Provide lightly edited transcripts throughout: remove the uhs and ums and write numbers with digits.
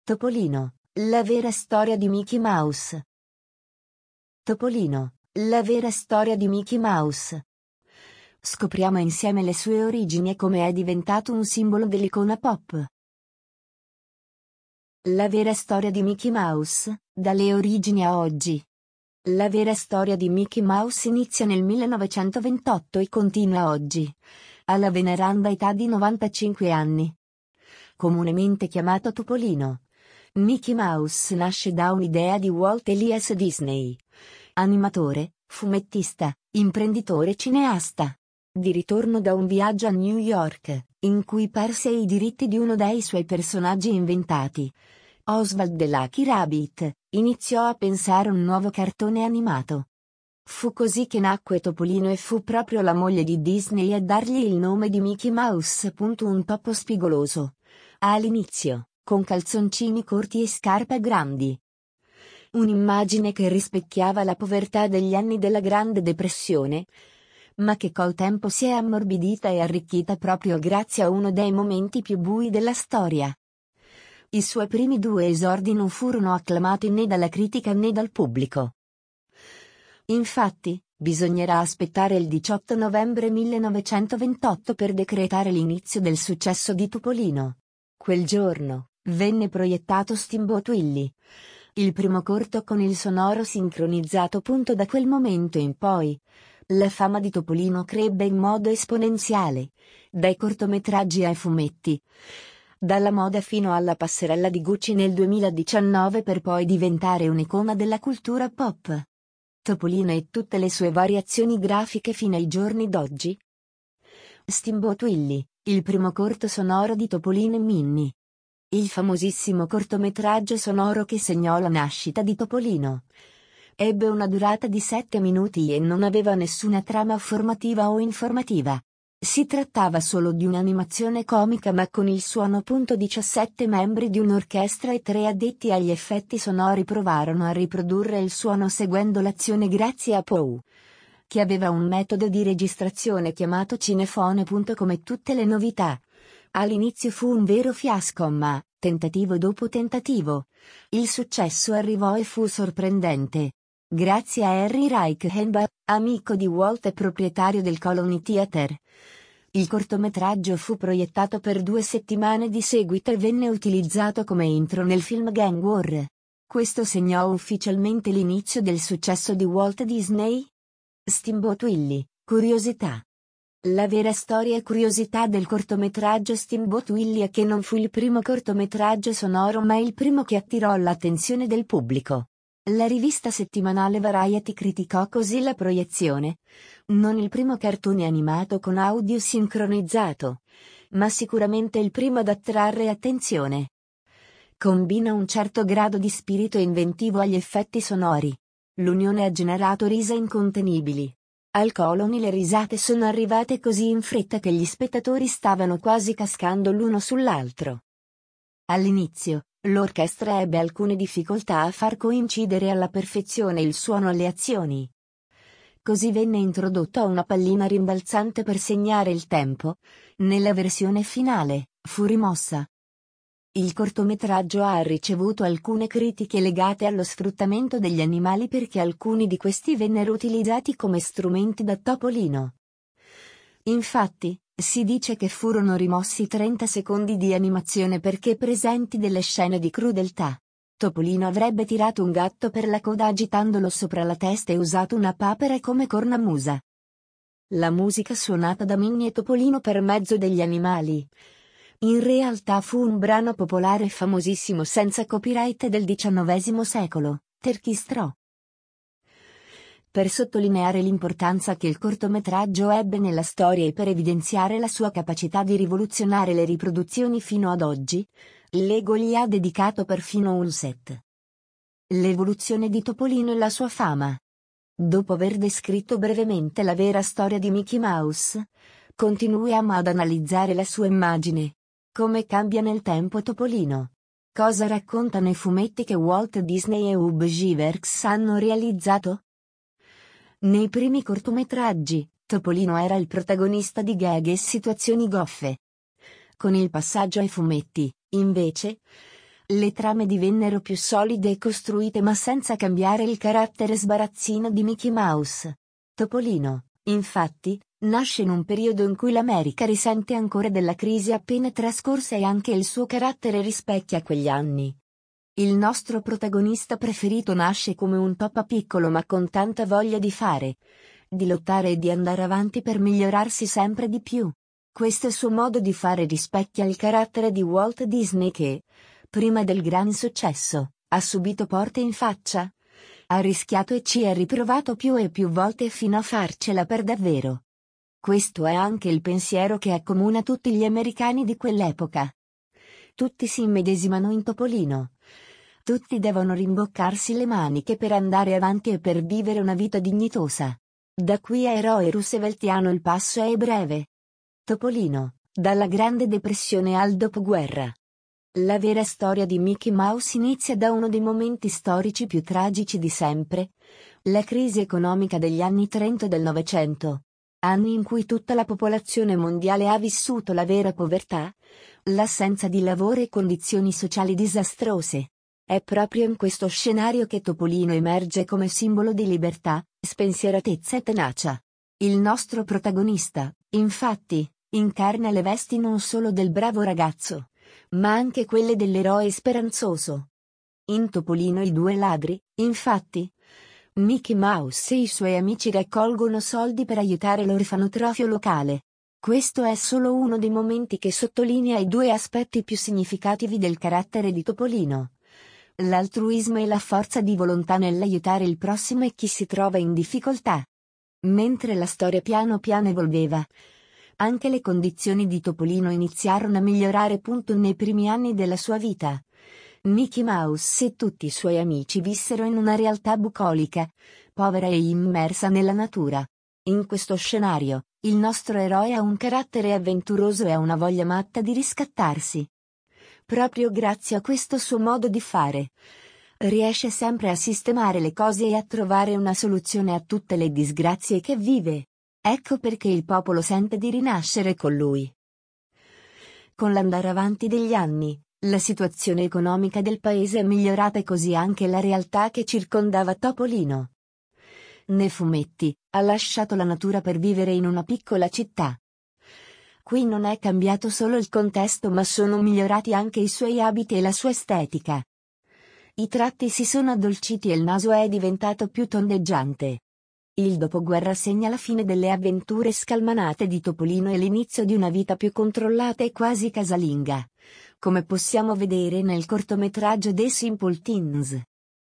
Topolino, la vera storia di Mickey Mouse. Topolino, la vera storia di Mickey Mouse. Scopriamo insieme le sue origini e come è diventato un simbolo dell'icona pop. La vera storia di Mickey Mouse, dalle origini a oggi. La vera storia di Mickey Mouse inizia nel 1928 e continua oggi, alla veneranda età di 95 anni. Comunemente chiamato Topolino, Mickey Mouse nasce da un'idea di Walt Elias Disney, animatore, fumettista, imprenditore e cineasta. Di ritorno da un viaggio a New York, in cui perse i diritti di uno dei suoi personaggi inventati, Oswald the Lucky Rabbit, iniziò a pensare un nuovo cartone animato. Fu così che nacque Topolino e fu proprio la moglie di Disney a dargli il nome di Mickey Mouse. Un topo spigoloso. All'inizio, con calzoncini corti e scarpe grandi. Un'immagine che rispecchiava la povertà degli anni della Grande Depressione, ma che col tempo si è ammorbidita e arricchita proprio grazie a uno dei momenti più bui della storia. I suoi primi due esordi non furono acclamati né dalla critica né dal pubblico. Infatti, bisognerà aspettare il 18 novembre 1928 per decretare l'inizio del successo di Topolino. Quel giorno, venne proiettato Steamboat Willie, il primo corto con il sonoro sincronizzato. Da quel momento in poi, la fama di Topolino crebbe in modo esponenziale, dai cortometraggi ai fumetti, dalla moda fino alla passerella di Gucci nel 2019 per poi diventare un'icona della cultura pop. Topolino e tutte le sue variazioni grafiche fino ai giorni d'oggi. Steamboat Willie, il primo corto sonoro di Topolino e Minnie. Il famosissimo cortometraggio sonoro che segnò la nascita di Topolino. Ebbe una durata di 7 minuti e non aveva nessuna trama formativa o informativa. Si trattava solo di un'animazione comica ma con il suono. 17 membri di un'orchestra e 3 addetti agli effetti sonori provarono a riprodurre il suono seguendo l'azione grazie a Poe, che aveva un metodo di registrazione chiamato cinefone. Come tutte le novità, all'inizio fu un vero fiasco ma, tentativo dopo tentativo, il successo arrivò e fu sorprendente. Grazie a Harry Reichenbach, amico di Walt e proprietario del Colony Theater, il cortometraggio fu proiettato per 2 settimane di seguito e venne utilizzato come intro nel film Gang War. Questo segnò ufficialmente l'inizio del successo di Walt Disney. Steamboat Willie, curiosità. La vera storia e curiosità del cortometraggio Steamboat Willie è che non fu il primo cortometraggio sonoro ma il primo che attirò l'attenzione del pubblico. La rivista settimanale Variety criticò così la proiezione. Non il primo cartone animato con audio sincronizzato, ma sicuramente il primo ad attrarre attenzione. Combina un certo grado di spirito inventivo agli effetti sonori. L'unione ha generato risa incontenibili. Al Colony le risate sono arrivate così in fretta che gli spettatori stavano quasi cascando l'uno sull'altro. All'inizio, l'orchestra ebbe alcune difficoltà a far coincidere alla perfezione il suono alle azioni. Così venne introdotta una pallina rimbalzante per segnare il tempo. Nella versione finale, fu rimossa. Il cortometraggio ha ricevuto alcune critiche legate allo sfruttamento degli animali perché alcuni di questi vennero utilizzati come strumenti da Topolino. Infatti, si dice che furono rimossi 30 secondi di animazione perché presenti delle scene di crudeltà. Topolino avrebbe tirato un gatto per la coda agitandolo sopra la testa e usato una papera come cornamusa. La musica suonata da Minnie e Topolino per mezzo degli animali. In realtà fu un brano popolare famosissimo senza copyright del XIX secolo, Turkey Straw. Per sottolineare l'importanza che il cortometraggio ebbe nella storia e per evidenziare la sua capacità di rivoluzionare le riproduzioni fino ad oggi, Lego gli ha dedicato perfino un set. L'evoluzione di Topolino e la sua fama. Dopo aver descritto brevemente la vera storia di Mickey Mouse, continuiamo ad analizzare la sua immagine. Come cambia nel tempo Topolino? Cosa raccontano i fumetti che Walt Disney e Ub Iwerks hanno realizzato? Nei primi cortometraggi, Topolino era il protagonista di gag e situazioni goffe. Con il passaggio ai fumetti, invece, Le trame divennero più solide e costruite, ma senza cambiare il carattere sbarazzino di Mickey Mouse. Topolino, infatti, nasce in un periodo in cui l'America risente ancora della crisi appena trascorsa e anche il suo carattere rispecchia quegli anni. Il nostro protagonista preferito nasce come un papa piccolo ma con tanta voglia di fare, di lottare e di andare avanti per migliorarsi sempre di più. Questo suo modo di fare rispecchia il carattere di Walt Disney che, prima del gran successo, ha subito porte in faccia. Ha rischiato e ci ha riprovato più e più volte fino a farcela per davvero. Questo è anche il pensiero che accomuna tutti gli americani di quell'epoca. Tutti si immedesimano in Topolino. Tutti devono rimboccarsi le maniche per andare avanti e per vivere una vita dignitosa. Da qui a eroe rooseveltiano il passo è breve. Topolino, dalla Grande Depressione al dopoguerra. La vera storia di Mickey Mouse inizia da uno dei momenti storici più tragici di sempre, la crisi economica degli anni 30 del Novecento. Anni in cui tutta la popolazione mondiale ha vissuto la vera povertà, l'assenza di lavoro e condizioni sociali disastrose. È proprio in questo scenario che Topolino emerge come simbolo di libertà, spensieratezza e tenacia. Il nostro protagonista, infatti, incarna le vesti non solo del bravo ragazzo, ma anche quelle dell'eroe speranzoso. In Topolino i due ladri, infatti, Mickey Mouse e i suoi amici raccolgono soldi per aiutare l'orfanotrofio locale. Questo è solo uno dei momenti che sottolinea i due aspetti più significativi del carattere di Topolino: l'altruismo e la forza di volontà nell'aiutare il prossimo e chi si trova in difficoltà. Mentre la storia piano piano evolveva, anche le condizioni di Topolino iniziarono a migliorare. Nei primi anni della sua vita, Mickey Mouse e tutti i suoi amici vissero in una realtà bucolica, povera e immersa nella natura. In questo scenario, il nostro eroe ha un carattere avventuroso e ha una voglia matta di riscattarsi. Proprio grazie a questo suo modo di fare, riesce sempre a sistemare le cose e a trovare una soluzione a tutte le disgrazie che vive. Ecco perché il popolo sente di rinascere con lui. Con l'andare avanti degli anni, la situazione economica del paese è migliorata e così anche la realtà che circondava Topolino. Nei fumetti, ha lasciato la natura per vivere in una piccola città. Qui non è cambiato solo il contesto ma sono migliorati anche i suoi abiti e la sua estetica. I tratti si sono addolciti e il naso è diventato più tondeggiante. Il dopoguerra segna la fine delle avventure scalmanate di Topolino e l'inizio di una vita più controllata e quasi casalinga, come possiamo vedere nel cortometraggio The Simple Teens.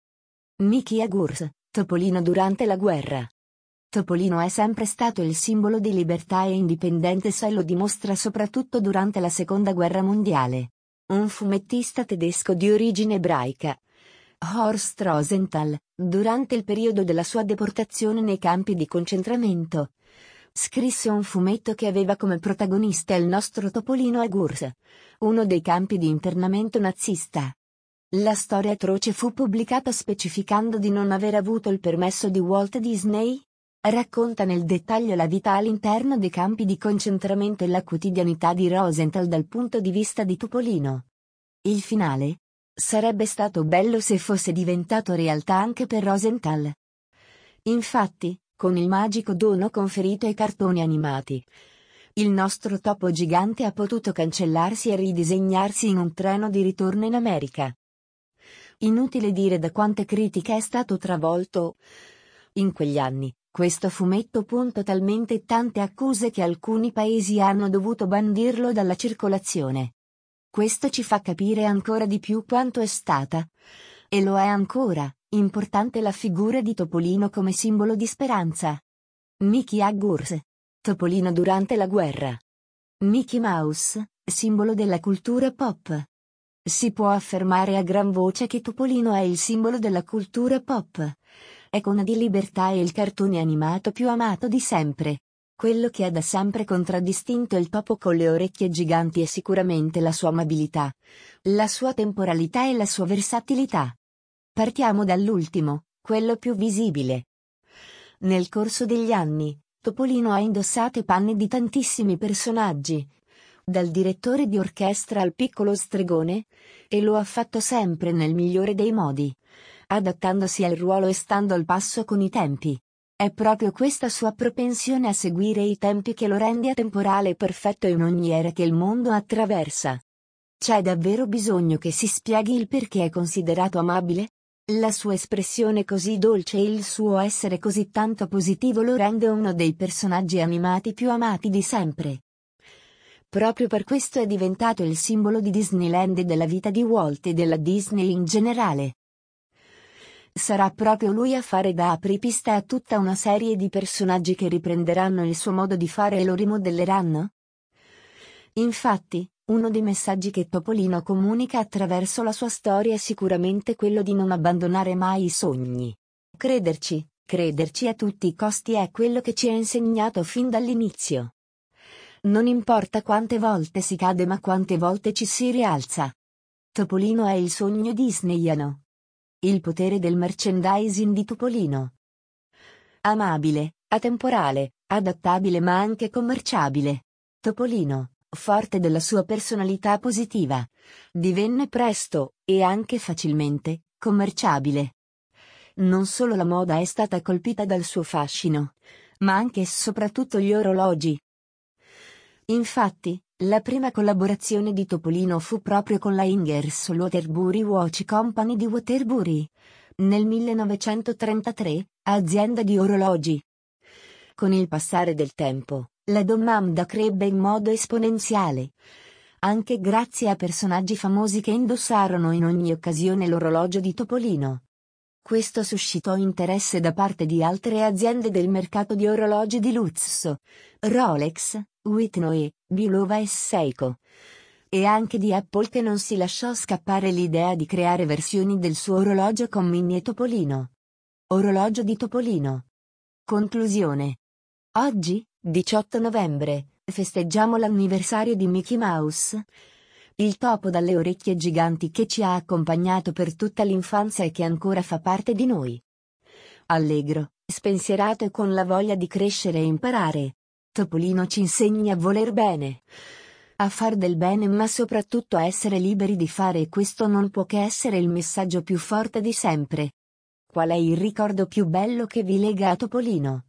Mickey e Goose, Topolino durante la guerra. Topolino è sempre stato il simbolo di libertà e indipendenza e lo dimostra soprattutto durante la Seconda Guerra Mondiale. Un fumettista tedesco di origine ebraica, Horst Rosenthal, durante il periodo della sua deportazione nei campi di concentramento, scrisse un fumetto che aveva come protagonista il nostro Topolino a Gurs, uno dei campi di internamento nazista. La storia atroce fu pubblicata specificando di non aver avuto il permesso di Walt Disney. Racconta nel dettaglio la vita all'interno dei campi di concentramento e la quotidianità di Rosenthal dal punto di vista di Topolino. Il finale? Sarebbe stato bello se fosse diventato realtà anche per Rosenthal. Infatti, con il magico dono conferito ai cartoni animati, il nostro topo gigante ha potuto cancellarsi e ridisegnarsi in un treno di ritorno in America. Inutile dire da quante critiche è stato travolto. In quegli anni, questo fumetto punto talmente tante accuse che alcuni paesi hanno dovuto bandirlo dalla circolazione. Questo ci fa capire ancora di più quanto è stata, e lo è ancora, importante la figura di Topolino come simbolo di speranza. Mickey a Gurs, Topolino durante la guerra. Mickey Mouse, simbolo della cultura pop. Si può affermare a gran voce che Topolino è il simbolo della cultura pop. Icona di libertà e il cartone animato più amato di sempre. Quello che ha da sempre contraddistinto il topo con le orecchie giganti è sicuramente la sua amabilità, la sua temporalità e la sua versatilità. Partiamo dall'ultimo, quello più visibile. Nel corso degli anni, Topolino ha indossato i panni di tantissimi personaggi. dal direttore di orchestra al piccolo stregone, e lo ha fatto sempre nel migliore dei modi, adattandosi al ruolo e stando al passo con i tempi. È proprio questa sua propensione a seguire i tempi che lo rende atemporale e perfetto in ogni era che il mondo attraversa. C'è davvero bisogno che si spieghi il perché è considerato amabile? La sua espressione così dolce e il suo essere così tanto positivo lo rende uno dei personaggi animati più amati di sempre. Proprio per questo è diventato il simbolo di Disneyland e della vita di Walt e della Disney in generale. Sarà proprio lui a fare da apripista a tutta una serie di personaggi che riprenderanno il suo modo di fare e lo rimodelleranno? Infatti, uno dei messaggi che Topolino comunica attraverso la sua storia è sicuramente quello di non abbandonare mai i sogni. Crederci a tutti i costi è quello che ci ha insegnato fin dall'inizio. Non importa quante volte si cade ma quante volte ci si rialza. Topolino è il sogno disneyano. Il potere del merchandising di Topolino. Amabile, atemporale, adattabile ma anche commerciabile. Topolino, forte della sua personalità positiva, divenne presto, e anche facilmente, commerciabile. Non solo la moda è stata colpita dal suo fascino, ma anche e soprattutto gli orologi. Infatti, la prima collaborazione di Topolino fu proprio con la Ingersoll Waterbury Watch Company di Waterbury, nel 1933, azienda di orologi. Con il passare del tempo, la domanda crebbe in modo esponenziale, anche grazie a personaggi famosi che indossarono in ogni occasione l'orologio di Topolino. Questo suscitò interesse da parte di altre aziende del mercato di orologi di lusso, Rolex, Whitney, Bulova e Seiko. E anche di Apple, che non si lasciò scappare l'idea di creare versioni del suo orologio con Minnie e Topolino. Orologio di Topolino. Conclusione. Oggi, 18 novembre, festeggiamo l'anniversario di Mickey Mouse, il topo dalle orecchie giganti che ci ha accompagnato per tutta l'infanzia e che ancora fa parte di noi. Allegro, spensierato e con la voglia di crescere e imparare, Topolino ci insegna a voler bene, a far del bene, ma soprattutto a essere liberi di fare, e questo non può che essere il messaggio più forte di sempre. Qual è il ricordo più bello che vi lega a Topolino?